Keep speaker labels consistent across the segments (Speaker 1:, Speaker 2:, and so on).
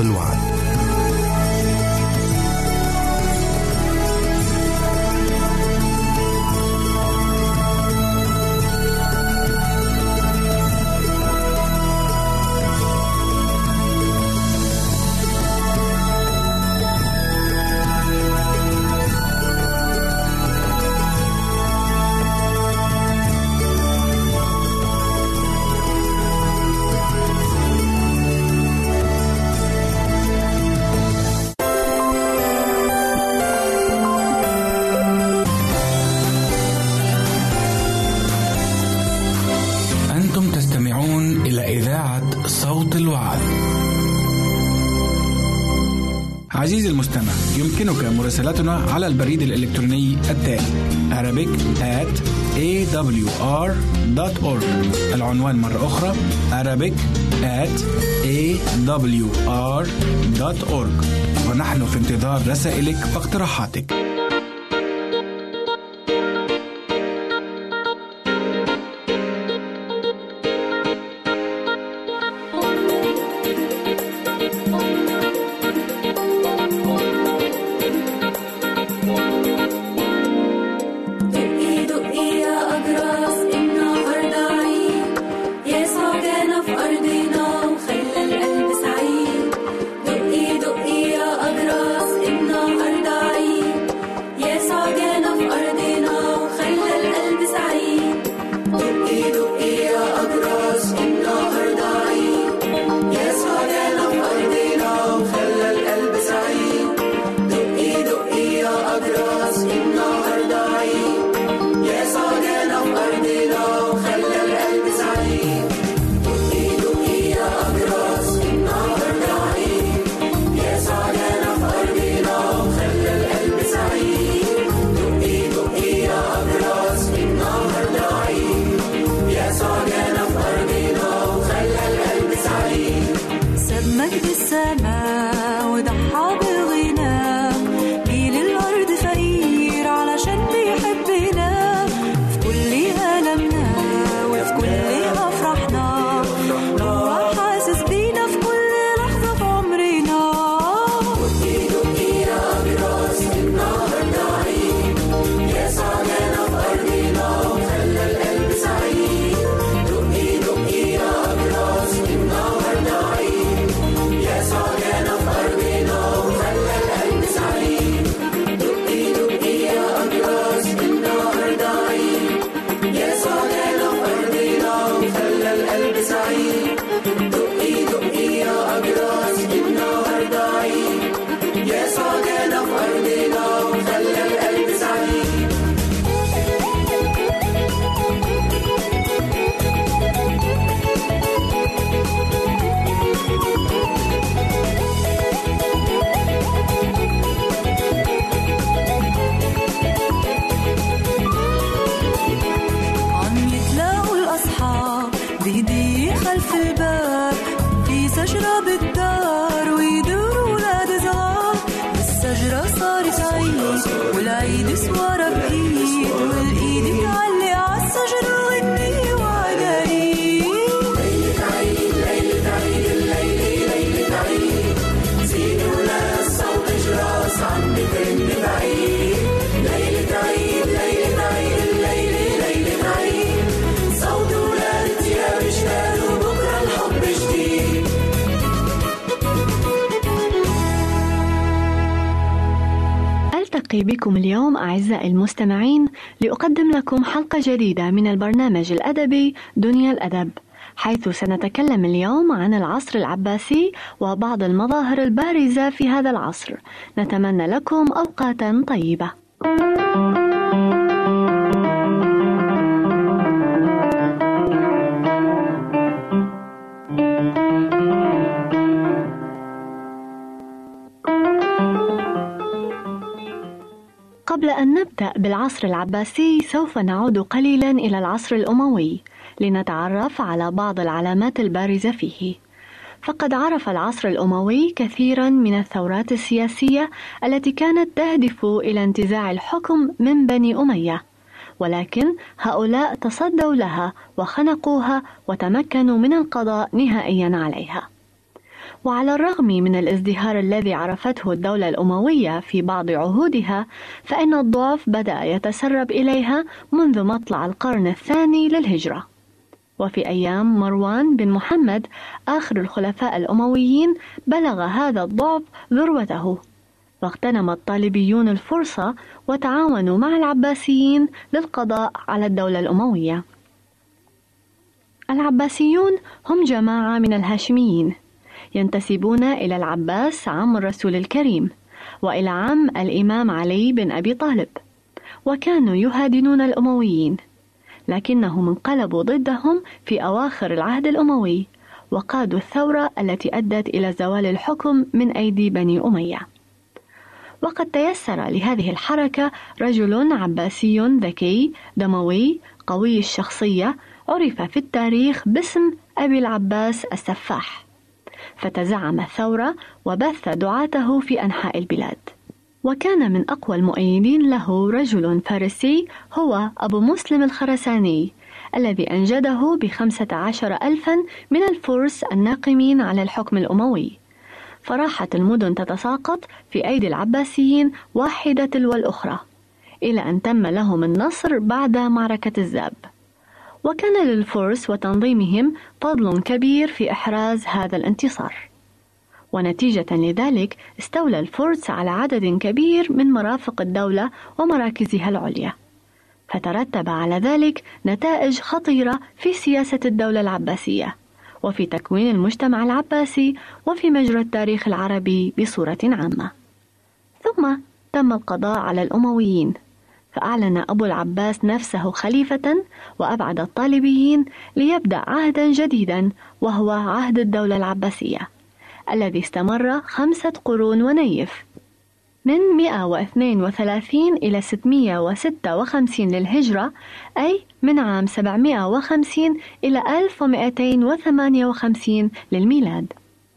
Speaker 1: الوعد.
Speaker 2: عزيزي المستمع، يمكنك مراسلتنا على البريد الإلكتروني التالي arabic@awr.org. العنوان مرة أخرى arabic@awr.org، ونحن في انتظار رسائلك واقتراحاتك.
Speaker 3: بكم اليوم أعزائي المستمعين لأقدم لكم حلقة جديدة من البرنامج الأدبي دنيا الأدب، حيث سنتكلم اليوم عن العصر العباسي وبعض المظاهر البارزة في هذا العصر. نتمنى لكم أوقاتا طيبة. قبل أن نبدأ بالعصر العباسي سوف نعود قليلا إلى العصر الأموي لنتعرف على بعض العلامات البارزة فيه. فقد عرف العصر الأموي كثيرا من الثورات السياسية التي كانت تهدف إلى انتزاع الحكم من بني أمية، ولكن هؤلاء تصدوا لها وخنقوها وتمكنوا من القضاء نهائيا عليها. وعلى الرغم من الازدهار الذي عرفته الدولة الأموية في بعض عهودها، فإن الضعف بدأ يتسرب إليها منذ مطلع القرن الثاني للهجرة. وفي أيام مروان بن محمد آخر الخلفاء الأمويين بلغ هذا الضعف ذروته، واغتنم الطالبيون الفرصة وتعاونوا مع العباسيين للقضاء على الدولة الأموية. العباسيون هم جماعة من الهاشميين ينتسبون إلى العباس عم الرسول الكريم وإلى عم الإمام علي بن أبي طالب، وكانوا يهادنون الأمويين، لكنهم انقلبوا ضدهم في أواخر العهد الأموي وقادوا الثورة التي أدت إلى زوال الحكم من أيدي بني أمية. وقد تيسر لهذه الحركة رجل عباسي ذكي دموي قوي الشخصية عرف في التاريخ باسم أبي العباس السفاح، فتزعم الثورة وبث دعاته في أنحاء البلاد. وكان من أقوى المؤيدين له رجل فارسي هو أبو مسلم الخرساني، الذي أنجده ب15,000 من الفرس الناقمين على الحكم الأموي، فراحت المدن تتساقط في أيدي العباسيين واحدة تلو الأخرى، إلى أن تم لهم النصر بعد معركة الزاب. وكان للفرس وتنظيمهم فضل كبير في إحراز هذا الانتصار، ونتيجة لذلك استولى الفرس على عدد كبير من مرافق الدولة ومراكزها العليا، فترتب على ذلك نتائج خطيرة في سياسة الدولة العباسية وفي تكوين المجتمع العباسي وفي مجرى التاريخ العربي بصورة عامة. ثم تم القضاء على الأمويين، فأعلن أبو العباس نفسه خليفة وأبعد الطالبيين ليبدأ عهدا جديدا، وهو عهد الدولة العباسية الذي استمر 5 قرون ونيف، من 132 إلى 656 للهجرة، أي من عام 750 إلى 1258 للميلاد.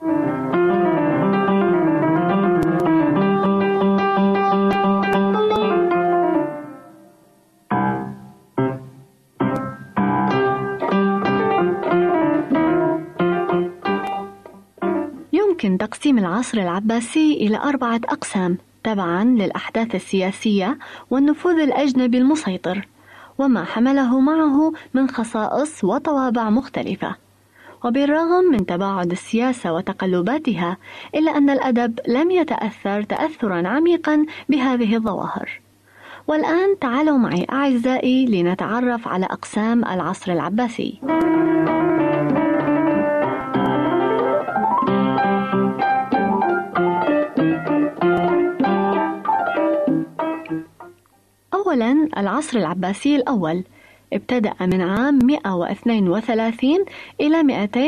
Speaker 3: يمكن تقسيم العصر العباسي إلى 4 أقسام تبعاً للأحداث السياسية والنفوذ الأجنبي المسيطر وما حمله معه من خصائص وطوابع مختلفة. وبالرغم من تباعد السياسة وتقلباتها، إلا أن الأدب لم يتأثر تأثراً عميقاً بهذه الظواهر. والآن تعالوا معي أعزائي لنتعرف على أقسام العصر العباسي. أولاً العصر العباسي الأول ابتدأ من عام 132 إلى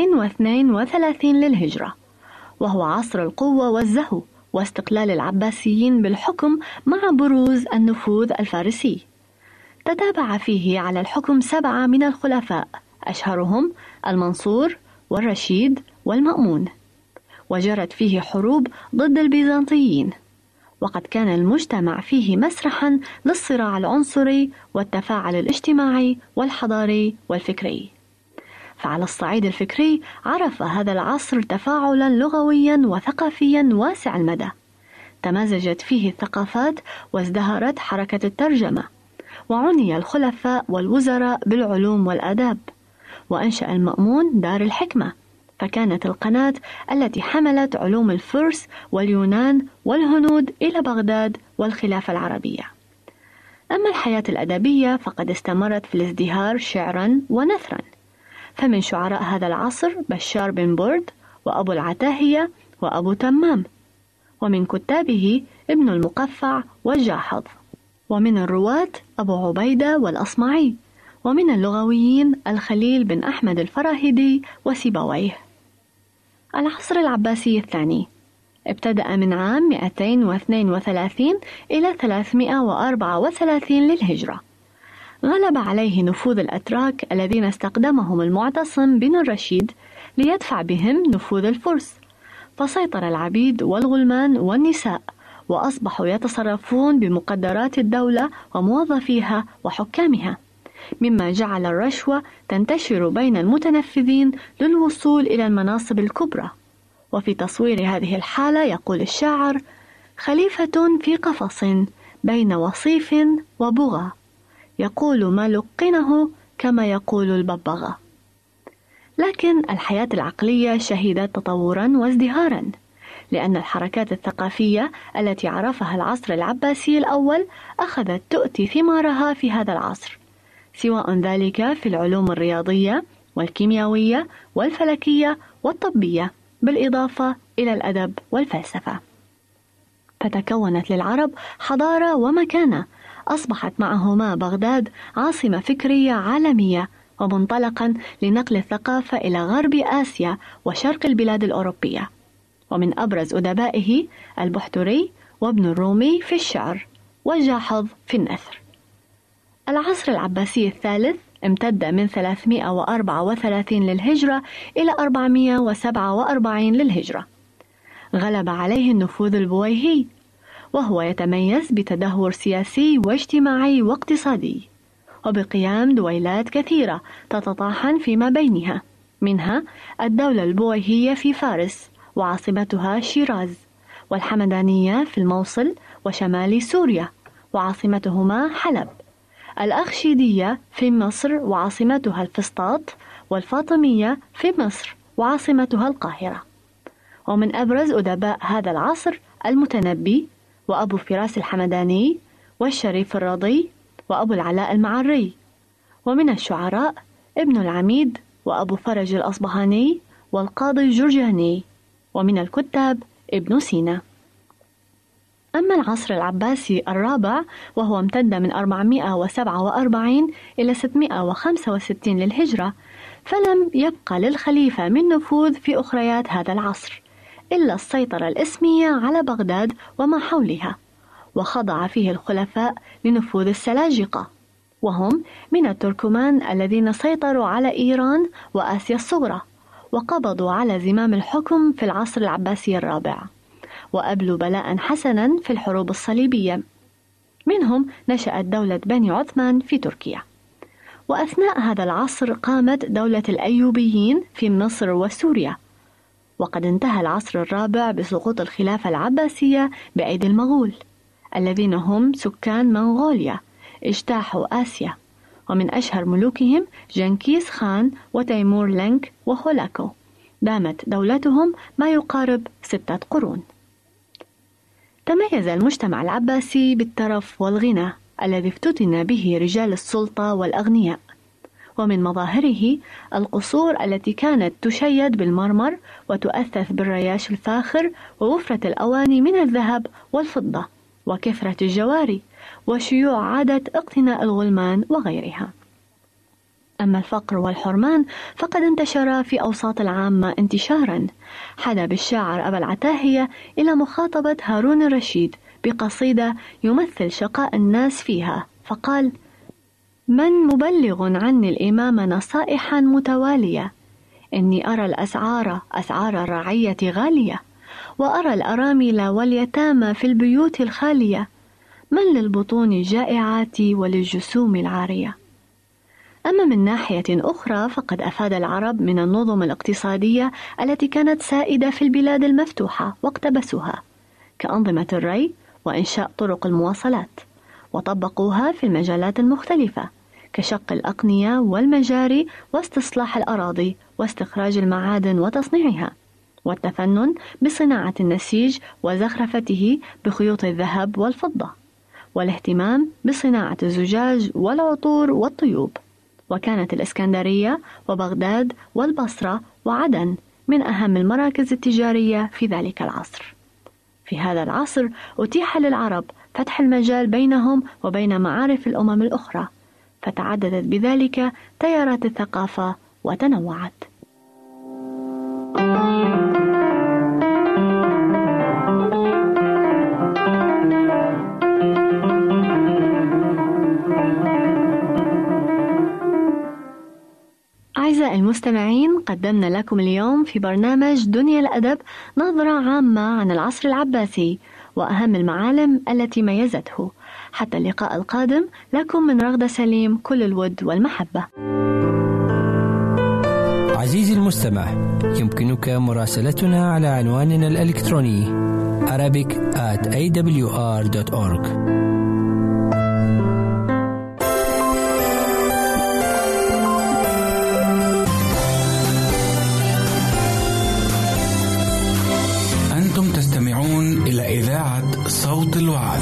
Speaker 3: 232 للهجرة، وهو عصر القوة والزهو واستقلال العباسيين بالحكم مع بروز النفوذ الفارسي. تتابع فيه على الحكم 7 من الخلفاء، أشهرهم المنصور والرشيد والمأمون، وجرت فيه حروب ضد البيزنطيين، وقد كان المجتمع فيه مسرحا للصراع العنصري والتفاعل الاجتماعي والحضاري والفكري. فعلى الصعيد الفكري عرف هذا العصر تفاعلا لغويا وثقافيا واسع المدى، تمازجت فيه الثقافات وازدهرت حركة الترجمة، وعني الخلفاء والوزراء بالعلوم والآداب، وأنشأ المأمون دار الحكمة، فكانت القناة التي حملت علوم الفرس واليونان والهنود إلى بغداد والخلافة العربية. أما الحياة الأدبية فقد استمرت في الازدهار شعرا ونثرا، فمن شعراء هذا العصر بشار بن برد وأبو العتاهية وأبو تمام، ومن كتابه ابن المقفع والجاحظ، ومن الرواة أبو عبيدة والأصمعي، ومن اللغويين الخليل بن أحمد الفراهيدي وسيبويه. العصر العباسي الثاني ابتدأ من عام 232 إلى 334 للهجرة. غلب عليه نفوذ الأتراك الذين استخدمهم المعتصم بن الرشيد ليدفع بهم نفوذ الفرس، فسيطر العبيد والغلمان والنساء، وأصبحوا يتصرفون بمقدرات الدولة وموظفيها وحكامها، مما جعل الرشوة تنتشر بين المتنفذين للوصول إلى المناصب الكبرى. وفي تصوير هذه الحالة يقول الشاعر: خليفة في قفص بين وصيف وبغى، يقول ما لقنه كما يقول الببغاء. لكن الحياة العقلية شهدت تطورا وازدهارا، لأن الحركات الثقافية التي عرفها العصر العباسي الأول أخذت تؤتي ثمارها في هذا العصر، سواء ذلك في العلوم الرياضية والكيميائية والفلكية والطبية، بالإضافة إلى الأدب والفلسفة. فتكونت للعرب حضارة ومكانة، أصبحت معهما بغداد عاصمة فكرية عالمية ومنطلقا لنقل الثقافة إلى غرب آسيا وشرق البلاد الأوروبية. ومن أبرز أدبائه البحتري وابن الرومي في الشعر والجاحظ في النثر. العصر العباسي الثالث امتد من 334 للهجرة إلى 447 للهجرة. غلب عليه النفوذ البويهي، وهو يتميز بتدهور سياسي واجتماعي واقتصادي، وبقيام دويلات كثيرة تتطاحن فيما بينها، منها الدولة البويهية في فارس وعاصمتها شيراز، والحمدانية في الموصل وشمال سوريا وعاصمتهما حلب، الأخشيدية في مصر وعاصمتها الفسطاط، والفاطمية في مصر وعاصمتها القاهرة. ومن أبرز أدباء هذا العصر المتنبي وأبو فراس الحمداني والشريف الرضي وأبو العلاء المعري. ومن الشعراء ابن العميد وأبو فرج الأصبهاني والقاضي الجرجاني. ومن الكتاب ابن سينا. أما العصر العباسي الرابع وهو امتد من 447 إلى 665 للهجرة، فلم يبقى للخليفة من نفوذ في أخريات هذا العصر إلا السيطرة الإسمية على بغداد وما حولها، وخضع فيه الخلفاء لنفوذ السلاجقة، وهم من التركمان الذين سيطروا على إيران وآسيا الصغرى، وقبضوا على زمام الحكم في العصر العباسي الرابع، وأبلوا بلاء حسنا في الحروب الصليبية. منهم نشأت دولة بني عثمان في تركيا. وأثناء هذا العصر قامت دولة الأيوبيين في مصر وسوريا. وقد انتهى العصر الرابع بسقوط الخلافة العباسية بأيدي المغول، الذين هم سكان منغوليا اجتاحوا آسيا، ومن أشهر ملوكهم جنكيز خان وتيمور لنك وهولاكو. دامت دولتهم ما يقارب 6 قرون. تميز المجتمع العباسي بالترف والغنى الذي افتتن به رجال السلطة والأغنياء، ومن مظاهره القصور التي كانت تشيد بالمرمر وتؤثث بالرياش الفاخر ووفرة الأواني من الذهب والفضة وكثرة الجواري وشيوع عادة اقتناء الغلمان وغيرها. أما الفقر والحرمان فقد انتشر في أوساط العامة انتشارا حدا بالشاعر أبا العتاهية إلى مخاطبة هارون الرشيد بقصيدة يمثل شقاء الناس فيها، فقال: من مبلغ عني الإمام نصائحا متوالية، إني أرى الأسعار أسعار الرعية غالية، وأرى الأرامل واليتامى في البيوت الخالية، من للبطون الجائعات وللجسوم العارية. أما من ناحية أخرى فقد أفاد العرب من النظم الاقتصادية التي كانت سائدة في البلاد المفتوحة واقتبسوها، كأنظمة الري وإنشاء طرق المواصلات، وطبقوها في المجالات المختلفة كشق الأقنية والمجاري واستصلاح الأراضي واستخراج المعادن وتصنيعها، والتفنن بصناعة النسيج وزخرفته بخيوط الذهب والفضة، والاهتمام بصناعة الزجاج والعطور والطيوب. وكانت الإسكندرية وبغداد والبصرة وعدن من أهم المراكز التجارية في ذلك العصر. في هذا العصر أتيح للعرب فتح المجال بينهم وبين معارف الأمم الأخرى، فتعددت بذلك تيارات الثقافة وتنوعت. أعزائي المستمعين، قدمنا لكم اليوم في برنامج دنيا الأدب نظرة عامة عن العصر العباسي وأهم المعالم التي ميزته. حتى اللقاء القادم، لكم من رغدة سليم كل الود والمحبة.
Speaker 1: عزيزي المستمع، يمكنك مراسلتنا على عنواننا الإلكتروني arabic@awr.org.
Speaker 2: أنتم تستمعون إلى إذاعة صوت الوعد.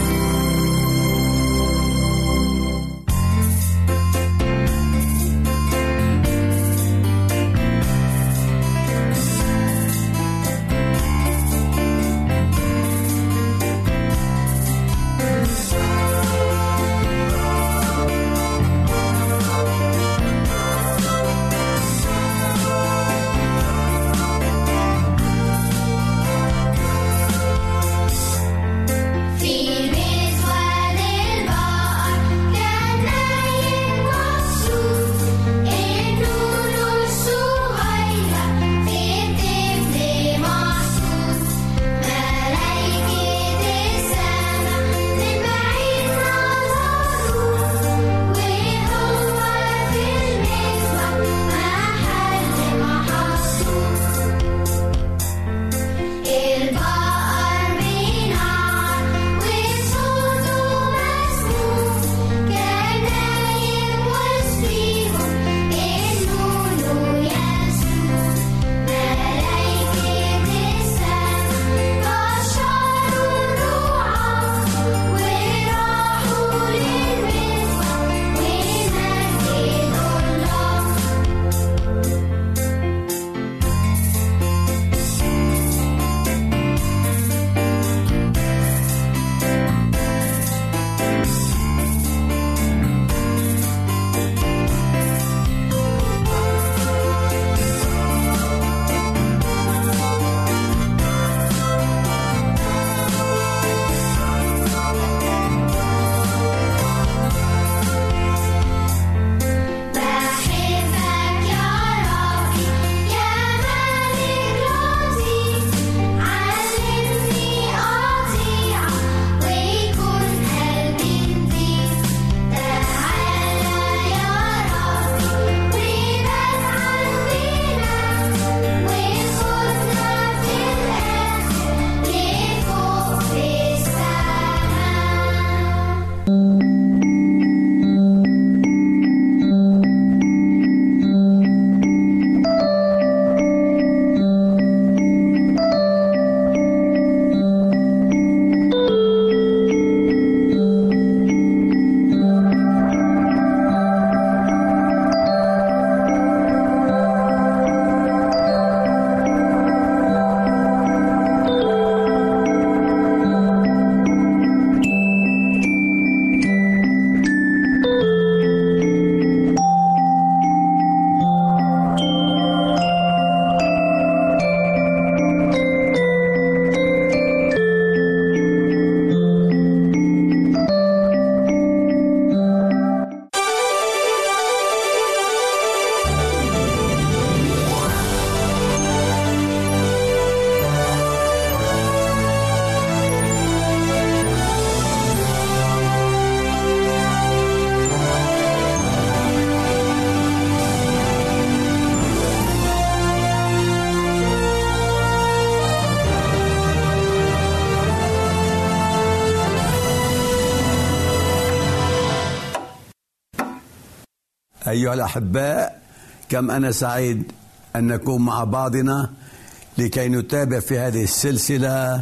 Speaker 4: أيها الأحباء، كم أنا سعيد أن نكون مع بعضنا لكي نتابع في هذه السلسلة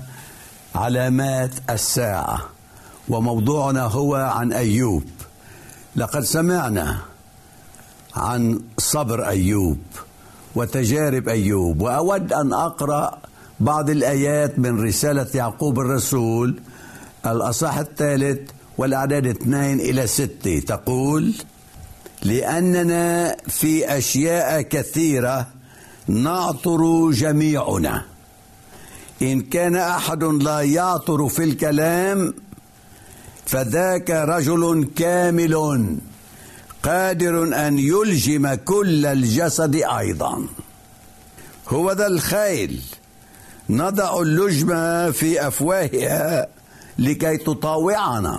Speaker 4: علامات الساعة، وموضوعنا هو عن أيوب. لقد سمعنا عن صبر أيوب وتجارب أيوب، وأود أن أقرأ بعض الآيات من رسالة يعقوب الرسول الأصحاح 3 والأعداد 2 إلى 6. تقول: لأننا في أشياء كثيرة نعثر جميعنا، إن كان أحد لا يعثر في الكلام فذاك رجل كامل قادر أن يلجم كل الجسد أيضا. هو ذا الخيل نضع اللجمة في أفواهها لكي تطاوعنا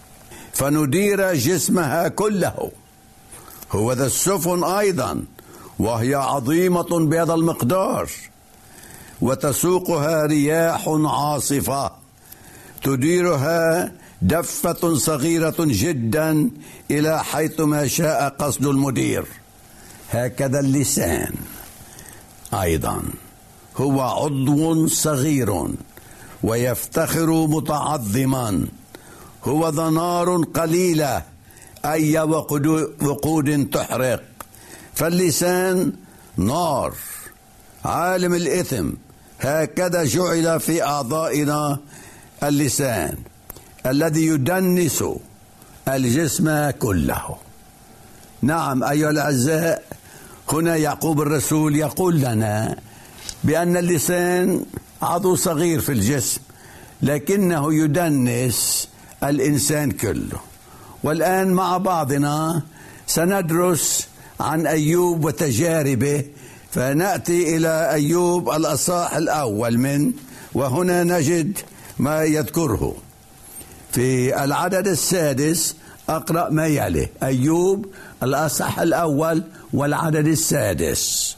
Speaker 4: فندير جسمها كله. هو ذا السفن أيضا وهي عظيمة بهذا المقدار، وتسوقها رياح عاصفة تديرها دفة صغيرة جدا إلى حيث ما شاء قصد المدير. هكذا اللسان أيضا هو عضو صغير ويفتخر متعظما، هو ذا نار قليلة أي وقود تحرق. فاللسان نار عالم الإثم، هكذا جعل في أعضائنا اللسان الذي يدنس الجسم كله. نعم أيها الأعزاء، هنا يعقوب الرسول يقول لنا بأن اللسان عضو صغير في الجسم لكنه يدنس الإنسان كله. والآن مع بعضنا سندرس عن أيوب وتجاربه، فنأتي إلى أيوب الأصحاح الأول منه، وهنا نجد ما يذكره في العدد 6. أقرأ ما يلي: أيوب الأصحاح الأول والعدد 6.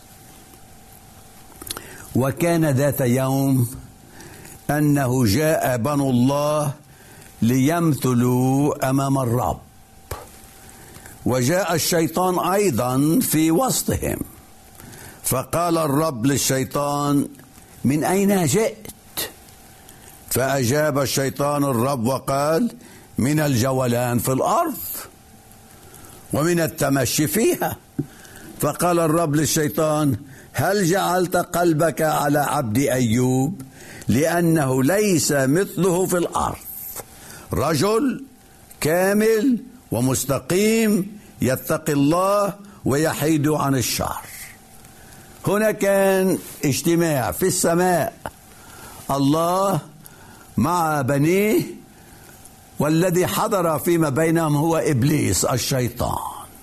Speaker 4: وكان ذات يوم أنه جاء بنو الله ليمثلوا أمام الرب، وجاء الشيطان أيضا في وسطهم، فقال الرب للشيطان: من أين جئت؟ فأجاب الشيطان الرب وقال: من الجولان في الأرض ومن التمشي فيها. فقال الرب للشيطان: هل جعلت قلبك على عبد أيوب؟ لأنه ليس مثله في الأرض، رجل كامل ومستقيم يتقي الله ويحيد عن الشر. هنا كان اجتماع في السماء، الله مع بنيه، والذي حضر فيما بينهم هو إبليس الشيطان.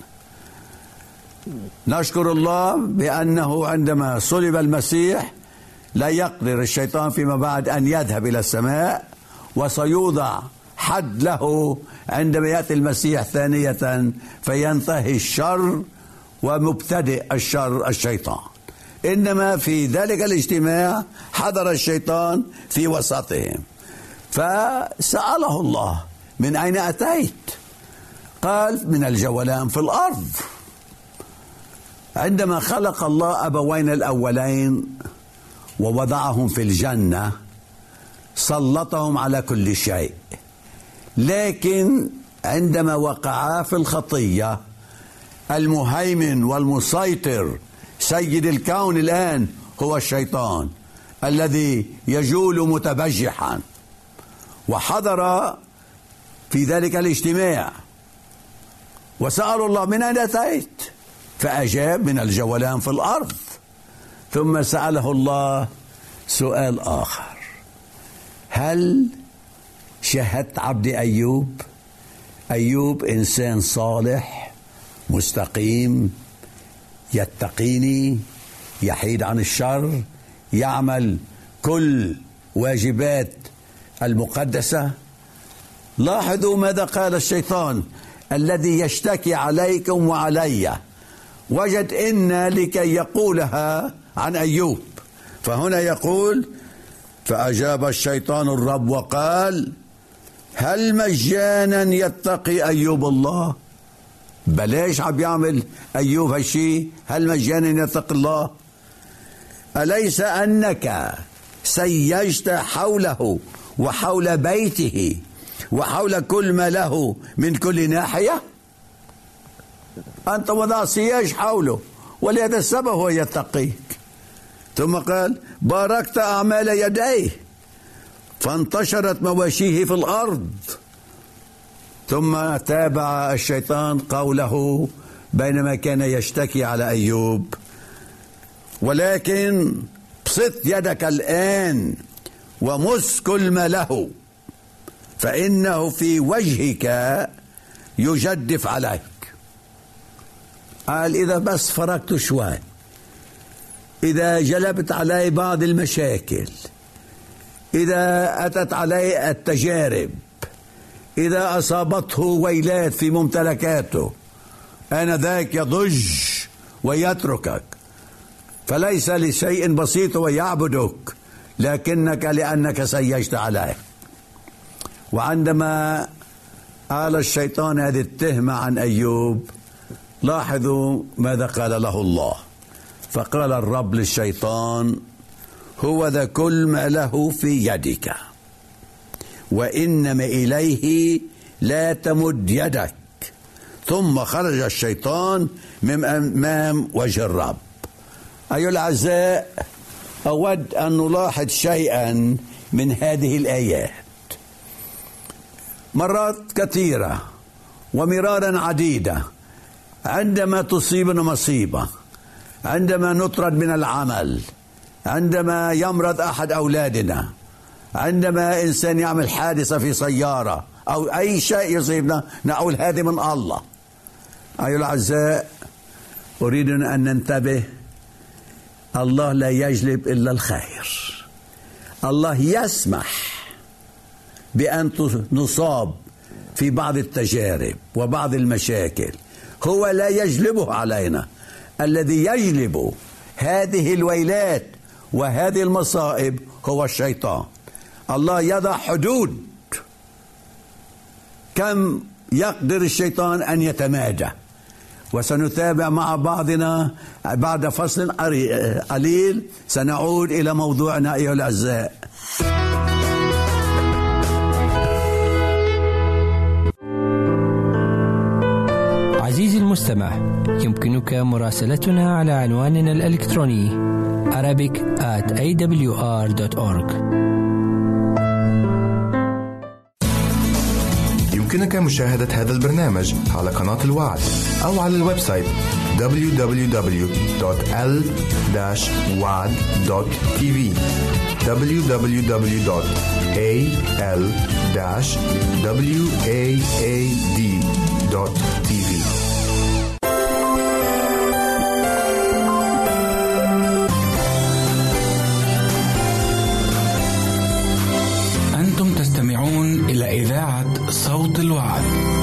Speaker 4: نشكر الله بأنه عندما صلب المسيح لا يقدر الشيطان فيما بعد أن يذهب إلى السماء، وسيوضع حد له عندما يأتي المسيح ثانية فينتهي الشر ومبتدئ الشر الشيطان. إنما في ذلك الاجتماع حضر الشيطان في وسطهم، فسأله الله: من أين أتيت؟ قال: من الجولان في الأرض. عندما خلق الله أبوين الأولين ووضعهم في الجنة سلطهم على كل شيء، لكن عندما وقعا في الخطية المهيمن والمسيطر سيد الكون الآن هو الشيطان الذي يجول متبجحا. وحضر في ذلك الاجتماع وسألوا الله: من أين أتيت؟ فأجاب: من الجولان في الأرض. ثم سأله الله سؤال آخر: هل شاهدت عبد أيوب؟ أيوب إنسان صالح مستقيم يتقيني يحيد عن الشر يعمل كل واجبات المقدسة. لاحظوا ماذا قال الشيطان الذي يشتكي عليكم وعلي، وجد إن لكي يقولها عن أيوب. فهنا يقول: فأجاب الشيطان الرب وقال: هل مجانا يتقي أيوب الله؟ بلاش عم يعمل أيوب هالشي؟ هل مجانا يتقي الله؟ أليس أنك سيجت حوله وحول بيته وحول كل ما له من كل ناحية؟ أنت وضع سياج حوله، ولهذا السبب هو يتقيك. ثم قال: باركت أعمال يديه فانتشرت مواشيه في الأرض. ثم تابع الشيطان قوله بينما كان يشتكي على أيوب: ولكن بسط يدك الآن ومس كل ما له، فإنه في وجهك يجدف عليك. قال: إذا بس فرقت شوي، إذا جلبت علي بعض المشاكل، إذا أتت علي التجارب، إذا أصابته ويلات في ممتلكاته، آنذاك يضج ويتركك، فليس لشيء بسيط ويعبدك، لكنك لأنك سيجت عليه. وعندما آل الشيطان هذه التهمة عن أيوب، لاحظوا ماذا قال له الله. فقال الرب للشيطان: هو ذا كل ما له في يدك، وإنما إليه لا تمد يدك. ثم خرج الشيطان من أمام وجه الرب. أيها الأعزاء، أود أن نلاحظ شيئا من هذه الآيات. مرات كثيرة ومرارا عديدة عندما تصيبنا مصيبة، عندما نطرد من العمل، عندما يمرض أحد أولادنا، عندما إنسان يعمل حادثة في سيارة أو أي شيء يصيبنا، نقول هذه من الله. أيها الأعزاء، أريد أن ننتبه، الله لا يجلب إلا الخير. الله يسمح بأن نصاب في بعض التجارب وبعض المشاكل، هو لا يجلبه علينا. الذي يجلب هذه الويلات وهذه المصائب هو الشيطان. الله يضع حدود كم يقدر الشيطان أن يتمادى. وسنتابع مع بعضنا بعد فصل قليل، سنعود إلى موضوعنا أيها الأعزاء.
Speaker 1: عزيزي المستمع، يمكنك مراسلتنا على عنواننا الإلكتروني arabic@awr.org.
Speaker 5: يمكنك مشاهدة هذا البرنامج على قناة الوعد أو على الويب سايت www.al-wad.tv www.al-waad.tv.
Speaker 2: أنتم تستمعون إلى إذاعة صوت الوعد.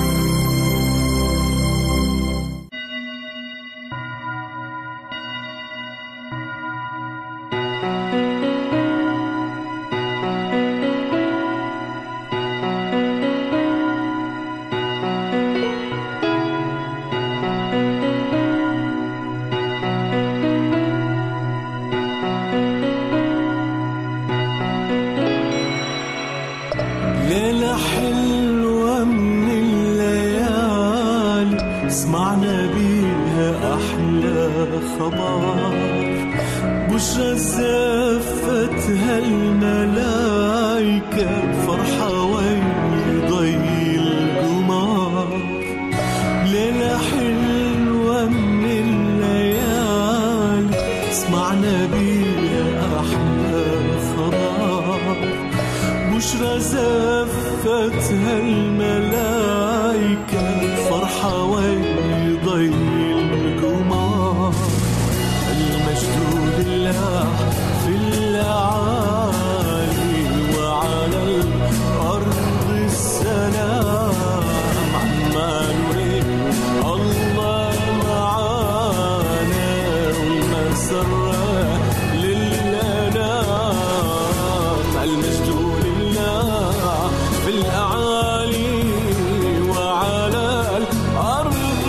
Speaker 6: ليلة حلوة من الليالي سمعنا بيها أحلى خبر، بشرى زفتها الملايكة، فرحة وين ضي القمر. ليلة حلوة من الليالي سمعنا بيها أحلى خبر، بشرى زفتها الملايكة، فرحة ويضي القمر. المجد لله في الأعالي، وعلى الأرض السلام. عمان الله معانا، والمسرة للأنام. المجد في الأعالي، وعلى الأرض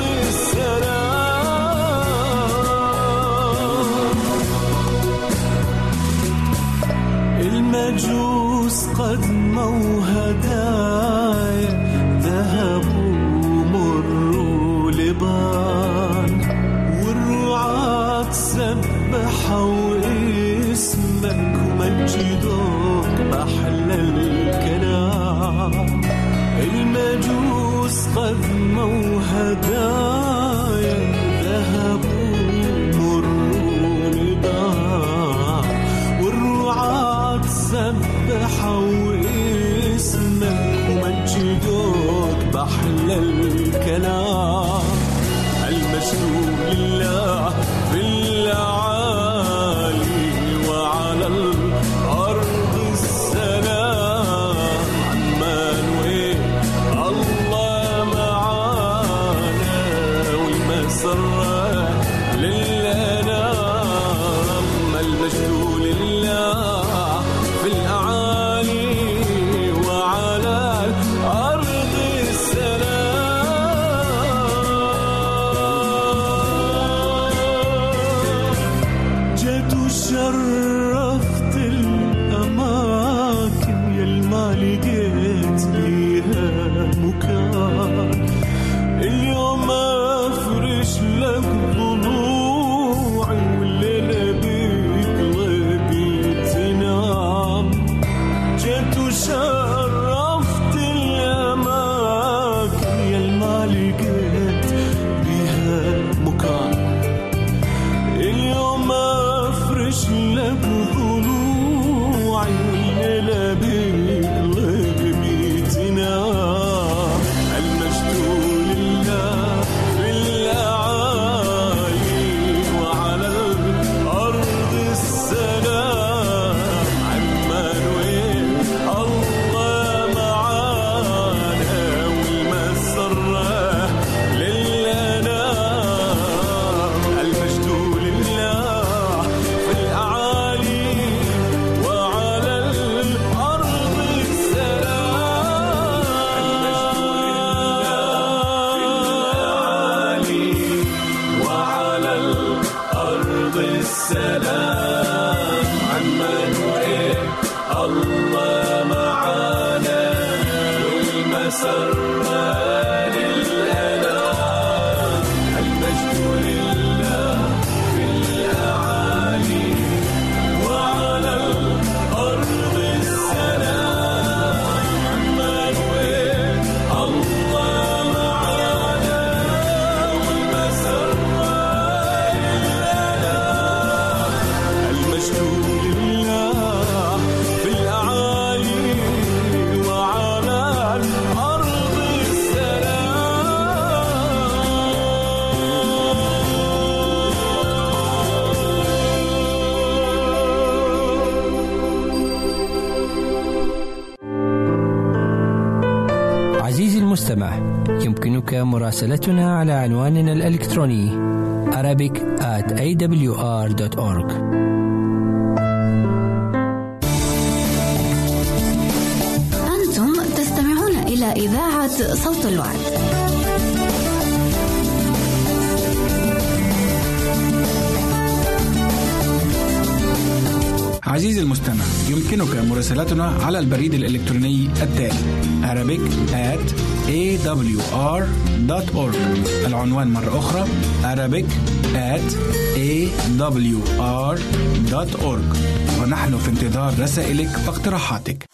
Speaker 6: السلام. المجوس قدموا هدايا، ذهب ومر ولبان، والرعاة سبحوا اسمك ومجدوك بأحلى الكلام. المجوس قدموا هدايا، ذهب ومر ولبان، والرعاة سبحوا اسمك ومجدوك بأحلى الكلام. المجد لله في الأعالي، وعلى الأرض السلام. عمانوئيل الله معانا، والمسرة لله. شرفت الأماكن يلما لقيت بها مكان. اليوم أفرش لك ضلوعي والليلة بقلب بيتنا. المجد لله في الأعالي وعلى الأرض السلام. عمانويل الله معانا والمسرة للأنام. المجد لله في الأعالي وعلى الأرض السلام. وعلى الأرض السلام. عمانويل الله معانا والمسرة للأنام. المجد لله في الأعالي وعلى الأرض السلام. عمانويل الله معانا والمسرة للأنام. المجد لله في الأعالي وعلى الأرض السلام.
Speaker 1: عزيزي المستمع، يمكنك مراسلتنا على عنواننا الإلكتروني arabic@awr.org.
Speaker 7: أنتم تستمعون إلى إذاعة صوت الوعد.
Speaker 2: عزيزي المستمع، يمكنك مراسلتنا على البريد الإلكتروني التالي arabic@awr.org. العنوان مرة أخرى arabic@awr.org. ونحن في انتظار رسائلك واقتراحاتك.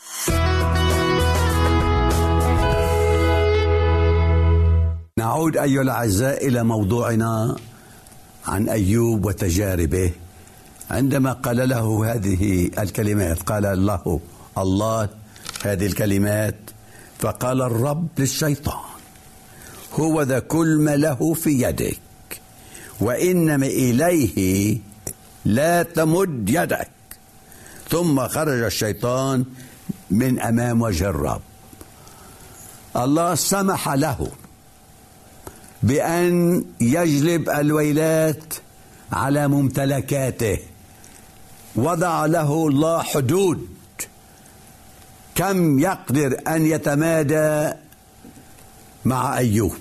Speaker 4: نعود أيها الأعزاء إلى موضوعنا عن أيوب وتجاربه. عندما قال له هذه الكلمات، قال له الله هذه الكلمات، فقال الرب للشيطان: هو ذا كل ما له في يدك، وإنما إليه لا تمد يدك. ثم خرج الشيطان من أمام وجه الرب. الله سمح له بأن يجلب الويلات على ممتلكاته. وضع له الله حدود كم يقدر أن يتمادى مع أيوب.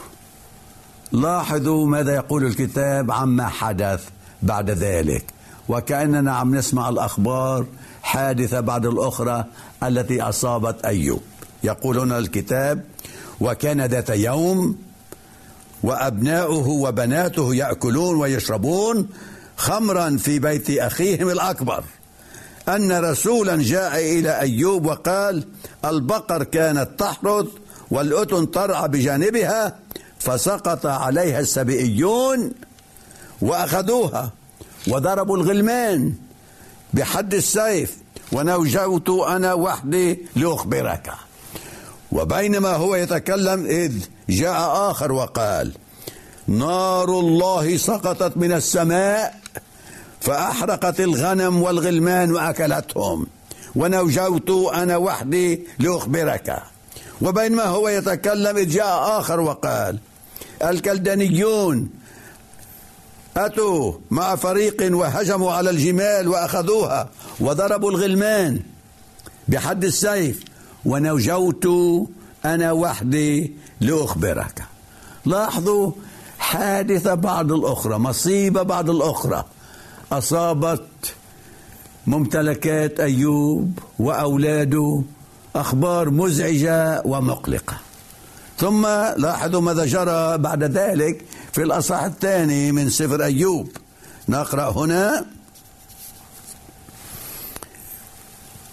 Speaker 4: لاحظوا ماذا يقول الكتاب عما حدث بعد ذلك، وكأننا عم نسمع الأخبار حادثة بعد الأخرى التي أصابت أيوب. يقول هنا الكتاب: وكان ذات يوم وأبناؤه وبناته يأكلون ويشربون خمرا في بيت أخيهم الأكبر، أن رسولا جاء إلى أيوب وقال: البقر كانت تحرث والأتن ترعى بجانبها، فسقط عليها السبئيون وأخذوها وضربوا الغلمان بحد السيف، ونوجوت أنا وحدي لأخبرك. وبينما هو يتكلم إذ جاء آخر وقال: نار الله سقطت من السماء فأحرقت الغنم والغلمان وأكلتهم، ونوجوت أنا وحدي لأخبرك. وبينما هو يتكلم إذ جاء آخر وقال: الكلدانيون أتوا مع فريق وهجموا على الجمال وأخذوها وضربوا الغلمان بحد السيف، ونوجوت أنا وحدي لأخبرك. لاحظوا حادثة بعد الأخرى، مصيبة بعد الأخرى أصابت ممتلكات أيوب وأولاده، أخبار مزعجة ومقلقة. ثم لاحظوا ماذا جرى بعد ذلك في الأصحاح الثاني من سفر أيوب. نقرأ هنا: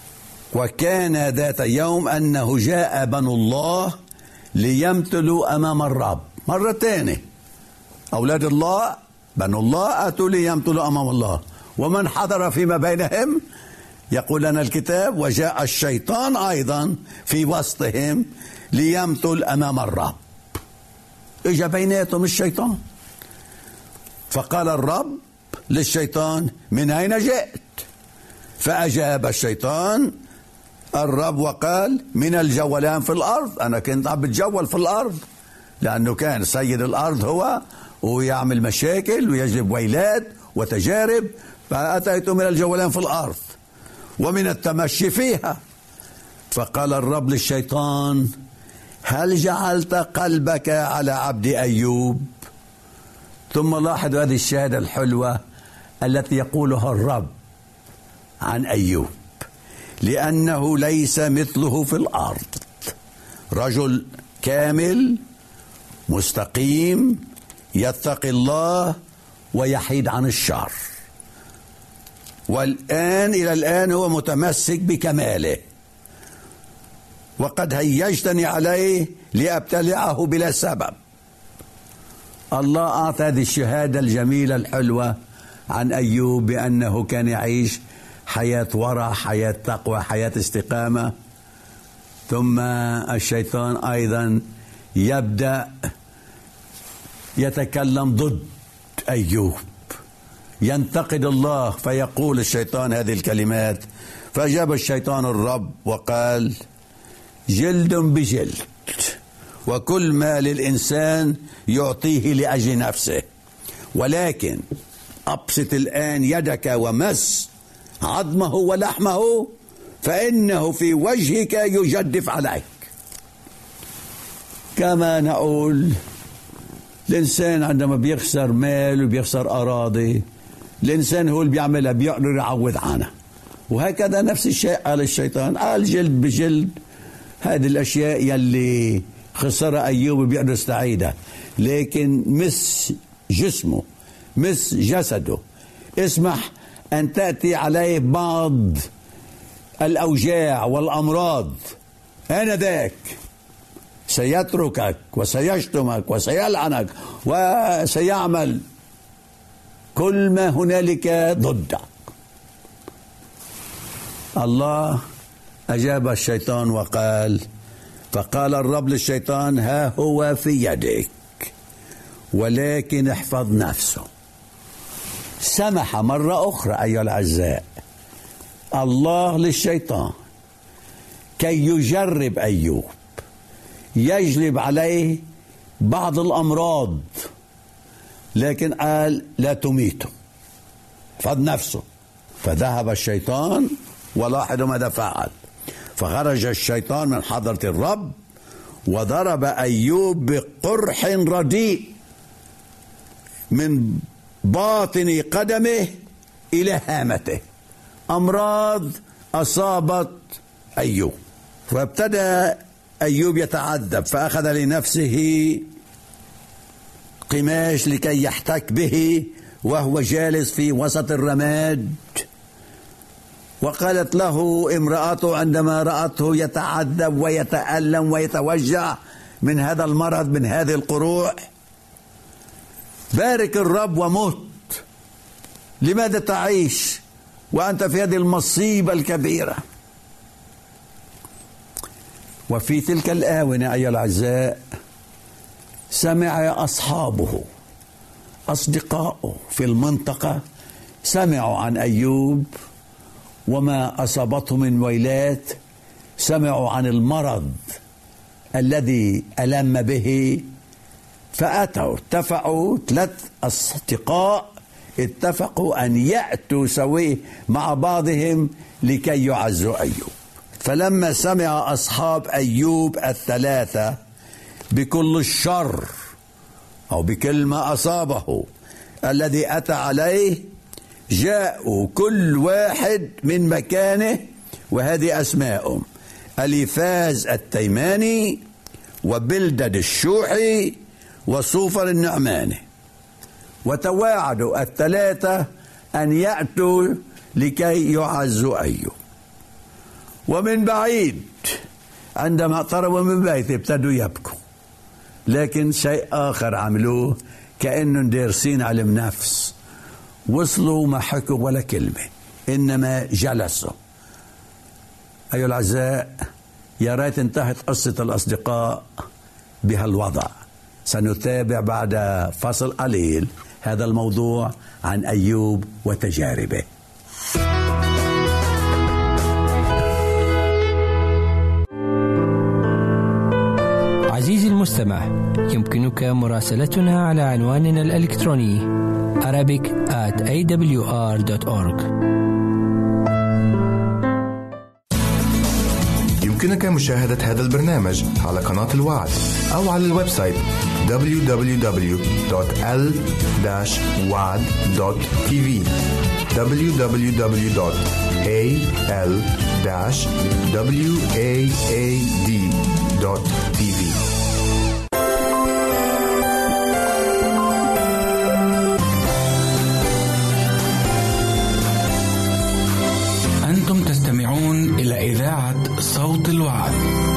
Speaker 4: وكان ذات يوم أنه جاء بنو الله ليمثلوا أمام الرب مرة تانية. أولاد الله بنو الله أتوا ليمثلوا أمام الله، ومن حضر فيما بينهم يقول لنا الكتاب وجاء الشيطان أيضا في وسطهم ليمثل أمام الرب. إجا بيناتهم الشيطان، فقال الرب للشيطان من أين جئت؟ فأجاب الشيطان الرب وقال من الجولان في الأرض. أنا كنت عم بتجول في الأرض، لأنه كان سيد الأرض هو ويعمل مشاكل ويجلب ويلات وتجارب، فأتيت من الجولان في الأرض ومن التمشي فيها. فقال الرب للشيطان هل جعلت قلبك على عبد أيوب؟ ثم لاحظ هذه الشهادة الحلوة التي يقولها الرب عن أيوب، لأنه ليس مثله في الأرض، رجل كامل مستقيم يتقي الله ويحيد عن الشر، والآن إلى الآن هو متمسك بكماله، وقد هيجتني عليه لأبتلعه بلا سبب. الله أعطى هذه الشهادة الجميلة الحلوة عن أيوب بأنه كان يعيش حياة ورع، حياة تقوى، حياة استقامة. ثم الشيطان أيضا يبدأ يتكلم ضد أيوب، ينتقد الله، فيقول الشيطان هذه الكلمات. فأجاب الشيطان الرب وقال جلد بجلد، وكل ما للإنسان يعطيه لأجل نفسه، ولكن أبسط الآن يدك ومس عظمه ولحمه، فإنه في وجهك يجدف عليك. كما نقول الإنسان عندما بيخسر مال وبيخسر أراضي، الإنسان هو اللي بيعملها بيقدر يعوض عنها، وهكذا نفس الشيء قال الشيطان، قال جلد بجلد. هذه الأشياء يلي خسرها أيوب بيقدر يستعيدها، لكن مس جسمه مس جسده. اسمح أن تأتي عليه بعض الأوجاع والأمراض، آنذاك سيتركك وسيشتمك وسيلعنك وسيعمل كل ما هنالك ضدك. الله أجاب الشيطان وقال فقال الرب للشيطان ها هو في يدك، ولكن احفظ نفسه. سمح مرة أخرى أيها الأعزاء الله للشيطان كي يجرب أيوب، يجلب عليه بعض الأمراض، لكن قال لا تميته، احفظ نفسه. فذهب الشيطان، ولاحظوا ماذا فعل. فخرج الشيطان من حضرة الرب وضرب أيوب بقرح رديء من باطن قدمه إلى هامته. أمراض أصابت أيوب، فابتدأ أيوب يتعذب، فأخذ لنفسه قماش لكي يحتك به وهو جالس في وسط الرماد. وقالت له امرأته عندما رأته يتعذب ويتألم ويتوجع من هذا المرض، من هذه القروح، بارك الرب ومت، لماذا تعيش وأنت في هذه المصيبة الكبيرة؟ وفي تلك الآونة أيها الأعزاء سمع أصحابه أصدقائه في المنطقة، سمعوا عن أيوب وما أصابته من ويلات، سمعوا عن المرض الذي ألم به، فأتوا اتفقوا 3 أصدقاء اتفقوا أن يأتوا سويه مع بعضهم لكي يعزوا أيوب. فلما سمع أصحاب أيوب 3 بكل الشر أو بكل ما أصابه الذي أتى عليه، جاءوا كل واحد من مكانه، وهذه أسماءهم: أليفاز التيماني وبلدد الشوحي وصوفر النعماني. وتواعدوا 3 أن يأتوا لكي يعزوا أيوب. ومن بعيد عندما اقتربوا من بيته ابتدوا يبكوا. لكن شيء آخر عملوه، كأنهم دارسين علم نفس، وصلوا ما حكوا ولا كلمة إنما جلسوا. أيها الأعزاء، يا ريت انتهت قصة الأصدقاء بهالوضع. سنتابع بعد فصل قليل هذا الموضوع عن أيوب وتجاربه.
Speaker 1: عزيزي المستمع، يمكنك مراسلتنا على عنواننا الإلكتروني arabic@awr.org.
Speaker 5: يمكنك مشاهدة هذا البرنامج على قناة الوعد أو على الويب سايت www.al-wad.tv www.al-waad.tv.
Speaker 2: أنتم تستمعون إلى إذاعة صوت الوعد.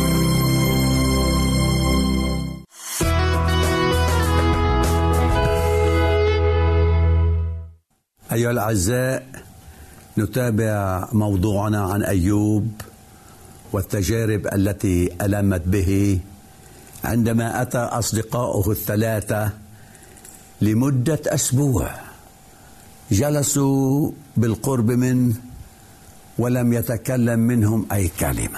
Speaker 4: أيها الأعزاء، نتابع موضوعنا عن أيوب والتجارب التي ألمت به عندما أتى أصدقاؤه الثلاثة لمدة أسبوع، جلسوا بالقرب منه ولم يتكلم منهم أي كلمة.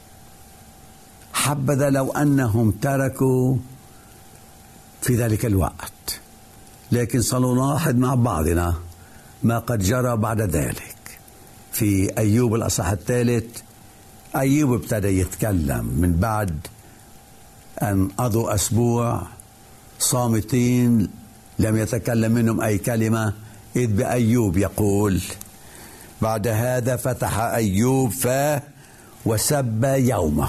Speaker 4: حبذا لو أنهم تركوا في ذلك الوقت، لكن سنلاحظ مع بعضنا ما قد جرى بعد ذلك. في أيوب الأصحاح الثالث أيوب ابتدى يتكلم من بعد أن قضوا أسبوع صامتين لم يتكلم منهم أي كلمة، إذ بأيوب يقول: بعد هذا فتح أيوب فاه وسب يومه.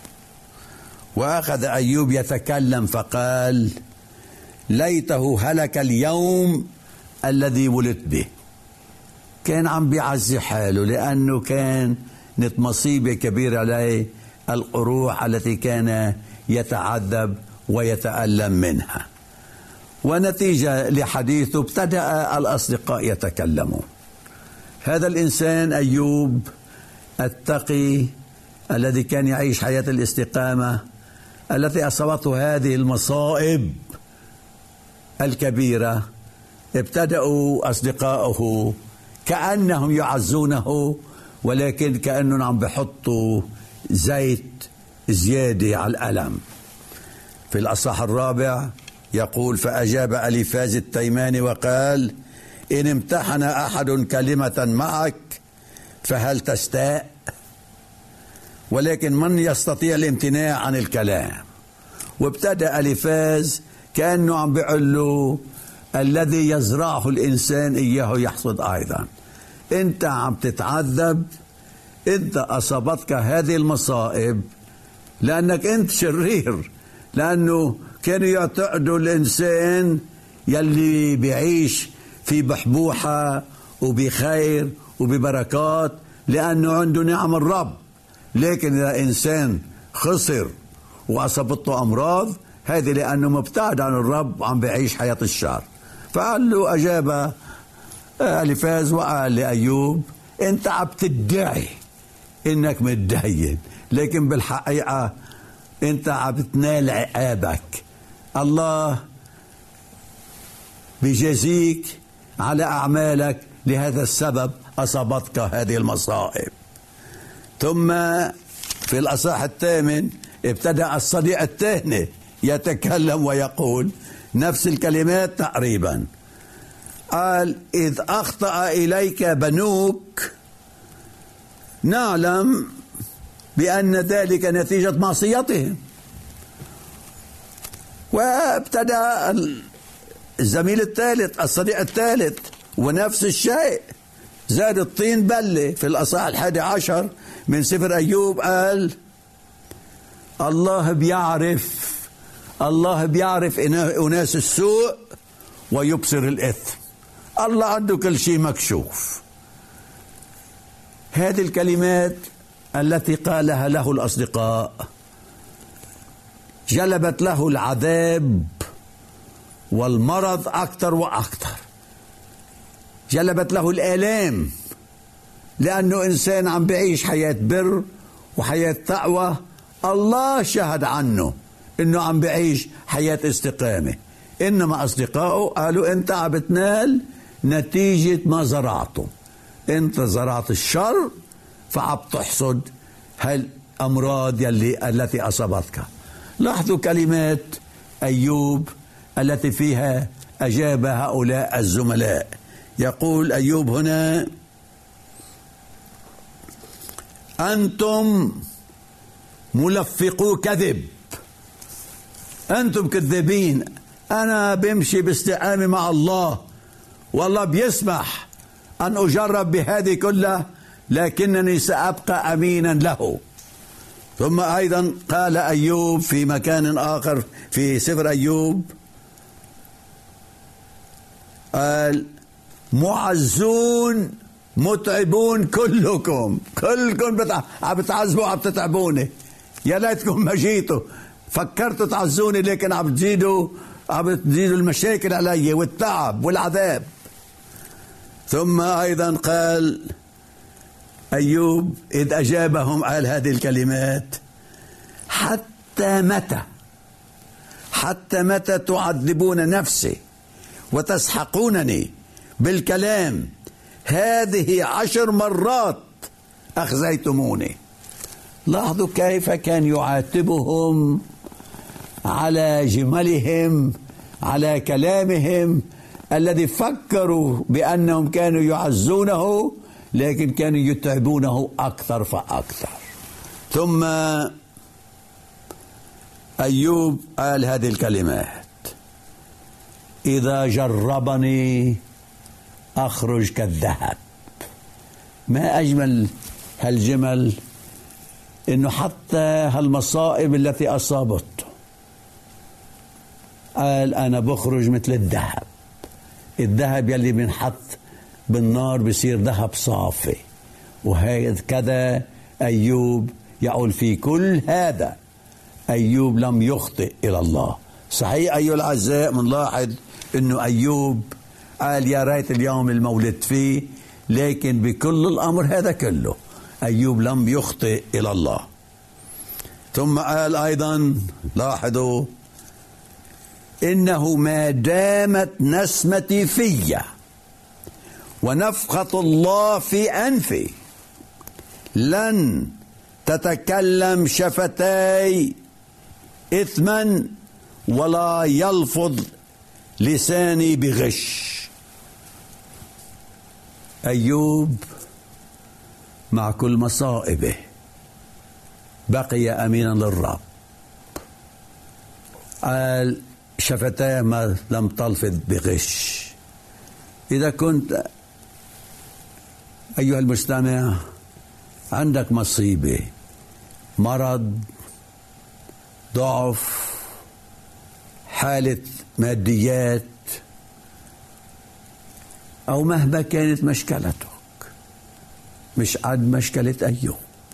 Speaker 4: وأخذ أيوب يتكلم فقال: ليته هلك اليوم الذي ولدت به. كان عم بيعزي حاله لأنه كانت مصيبة كبيرة عليه القروح التي كان يتعذب ويتألم منها. ونتيجة لحديثه ابتدأ الأصدقاء يتكلمون. هذا الإنسان أيوب التقي الذي كان يعيش حياة الاستقامة التي أصابته هذه المصائب الكبيرة، ابتدأوا أصدقائه كأنهم يعزونه، ولكن كأنهم عم بحطوا زيت زيادة على الألم. في الأصحاح الرابع يقول: فأجاب أليفاز التيماني وقال: إن امتحن أحد كلمة معك فهل تستاء؟ ولكن من يستطيع الامتناع عن الكلام؟ وابتدأ أليفاز كأنه عم بيقول له: الذي يزرعه الإنسان إياه يحصد أيضا. أنت عم تتعذب، أنت أصابتك هذه المصائب لأنك أنت شرير، لأنه كانوا يعتقدوا الإنسان يلي بيعيش في بحبوحة وبخير وببركات لأنه عنده نعم الرب. لكن إذا إنسان خسر وأصابته أمراض، هذه لأنه مبتعد عن الرب وعم بيعيش حياة الشر. فقال له، أجاب أليفاز وقال لأيوب: أنت عم تدعي إنك متدين، لكن بالحقيقة أنت عم تنال عقابك. الله بيجازيك على أعمالك، لهذا السبب أصابتك هذه المصائب. ثم في الأصحاح الثامن ابتدأ الصديق الثاني يتكلم ويقول نفس الكلمات تقريبا. قال: إذ أخطأ إليك بنوك نعلم بأن ذلك نتيجة معصيتهم. وابتدأ الزميل الثالث الصديق الثالث ونفس الشيء، زاد الطين بلة. في الأصحاح 11 من سفر أيوب قال: الله بيعرف أناس السوء ويبصر الإثم. الله عنده كل شيء مكشوف. هذه الكلمات التي قالها له الأصدقاء جلبت له العذاب والمرض أكثر وأكثر، جلبت له الآلام، لأنه إنسان عم بعيش حياة بر وحياة تقوى. الله شهد عنه إنه عم بعيش حياة استقامة، إنما أصدقائه قالوا أنت عم بتنال نتيجة ما زرعته، أنت زرعت الشر فعم تحصد هالأمراض التي أصابتك. لاحظوا كلمات أيوب التي فيها أجاب هؤلاء الزملاء. يقول أيوب هنا: أنتم ملفقو كذب، أنتم كذابين. أنا بمشي باستقامة مع الله والله بيسمح أن أجرب بهذه كلها، لكنني سأبقى أمينا له. ثم أيضا قال أيوب في مكان آخر في سفر أيوب، قال: معزون متعبون كلكم عم بتعذبوا، عم تتعبوني، يا ليتكم ما جيتوا، فكرتوا تعزوني لكن عم تزيدوا المشاكل علي والتعب والعذاب. ثم أيضا قال أيوب إذ أجابهم قال هذه الكلمات: حتى متى تعذبون نفسي وتسحقونني بالكلام؟ هذه 10 مرات أخزيتموني. لاحظوا كيف كان يعاتبهم على جملهم، على كلامهم الذي فكروا بأنهم كانوا يعزونه، لكن كانوا يتعبونه أكثر فأكثر. ثم أيوب قال هذه الكلمات: إذا جربني أخرج كالذهب. ما أجمل هالجمل، إنه حتى هالمصائب التي أصابته قال أنا بخرج مثل الذهب. الذهب يلي بنحط بالنار بصير ذهب صافي. وهكذا أيوب يقول في كل هذا أيوب لم يخطئ إلى الله. صحيح أيها الأعزاء، منلاحظ إنه أيوب قال يا ريت اليوم المولد فيه، لكن بكل الأمر هذا كله أيوب لم يخطئ إلى الله. ثم قال أيضا، لاحظوا: إنه ما دامت نسمتي في ونفخة الله في أنفي لن تتكلم شفتاي إثما ولا يلفظ لساني بغش. أيوب مع كل مصائبه بقي أمينا للرب. قال شفتاه ما لم تلفظ بغش. إذا كنت أيها المستمع عندك مصيبة، مرض، ضعف، حالة ماديات، أو مهما كانت مشكلتك، مش قد مشكلة أيوب.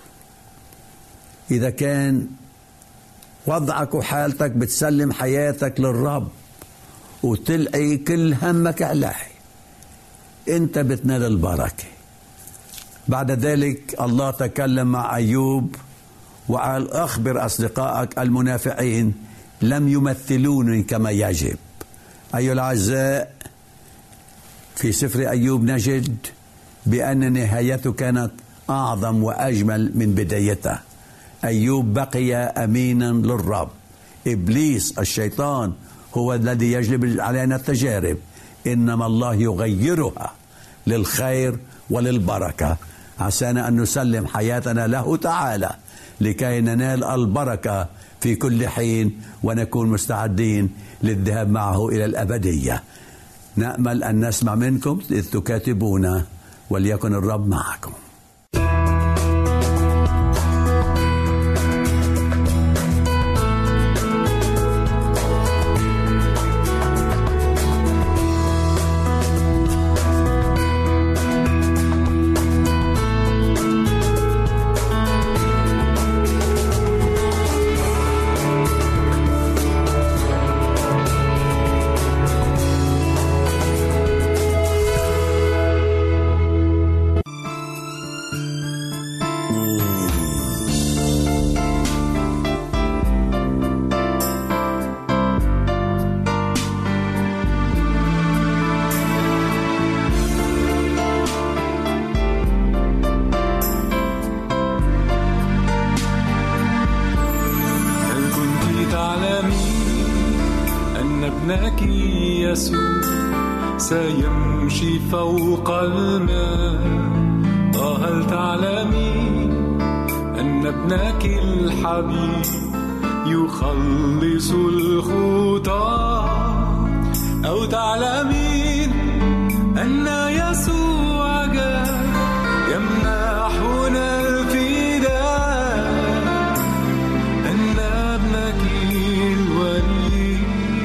Speaker 4: إذا كان وضعك وحالتك بتسلم حياتك للرب وتلقي كل همك عليه، أنت بتنال البركة. بعد ذلك الله تكلم مع أيوب وقال: أخبر أصدقائك المنافعين لم يمثلوني كما يجب. أيها الأعزاء، في سفر أيوب نجد بأن نهايته كانت أعظم وأجمل من بدايته. أيوب بقي أمينا للرب. إبليس الشيطان هو الذي يجلب علينا التجارب، إنما الله يغيرها للخير وللبركة، عسانا أن نسلم حياتنا له تعالى لكي ننال البركة في كل حين ونكون مستعدين للذهاب معه إلى الأبدية. نأمل أن نسمع منكم إذ تكاتبونا، وليكن الرب معكم.
Speaker 6: ابنك يسوع سيمشي فوق الماء. هل تعلمين أن ابنك الحبيب يخلص الخطاة؟ أو تعلمين أن يسوع جاء يمنحنا الفداء، أن ابنك الولي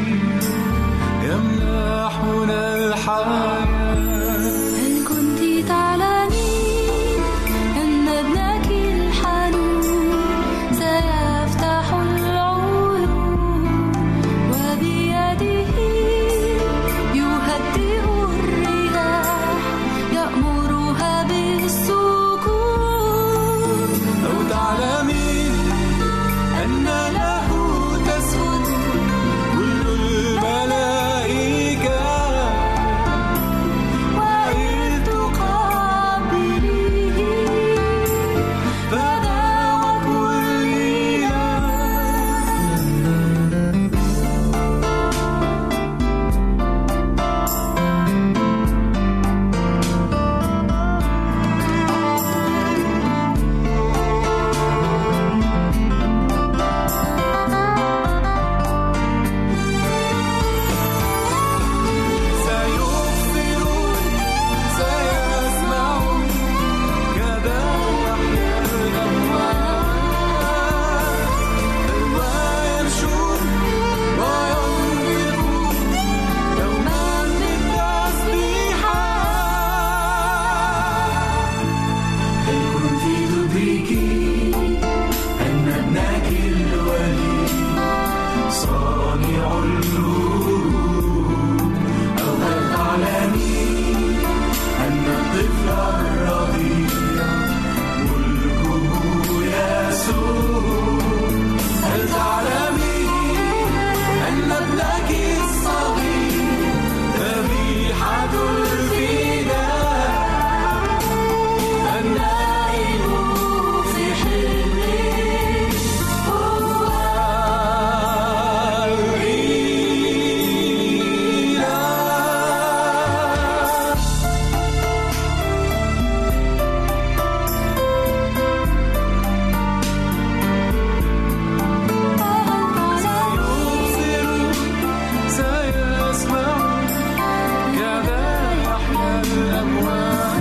Speaker 6: يمنحنا الحياة.
Speaker 8: هل كنت تعلمين أن ابنك الحنون سيفتح العيون وبيده يهدئ الرياح يأمرها بالسكون؟
Speaker 6: أو تعلمين أن له تسجد كل الملائكة
Speaker 8: وإذ تقابليه
Speaker 6: فدا وكل سيبصرون سيسمعون كذا يحيى الأموات، ويمشون وينطقون دوما بالتسبيحات. هل كنت تدركين أن ابنك الولي صانع القلوب؟ أو هل تعلمين أن الطفل الرضيع ملكه يسوع؟ هل تعلمين أن ابنك الصغير ذبيحة الفداء، النائم في حضنه هو سيسمعون كذا يحيى الأموات،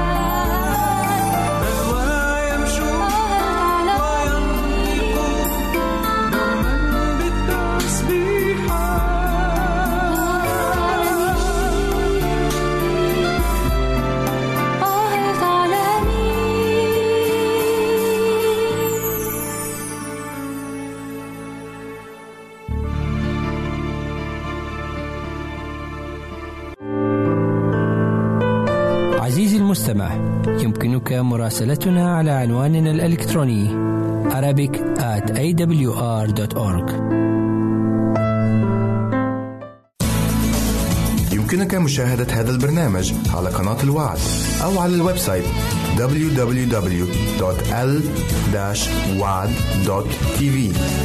Speaker 6: بل ويمشون وينطقون دوما بالتسبيحات.
Speaker 8: هل تعلمين
Speaker 1: عزيزي المستمع، يمكنك مراسلتنا على عنواننا الإلكتروني arabic@awr.org.
Speaker 5: يمكنك مشاهدة هذا البرنامج على قناة الوعد أو على الويب سايت www.al-wad.tv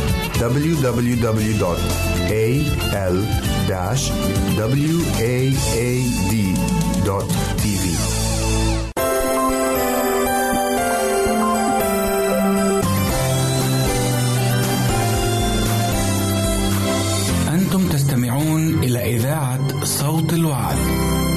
Speaker 5: www.al-waad.tv.
Speaker 2: أنتم تستمعون إلى إذاعة صوت الوعد.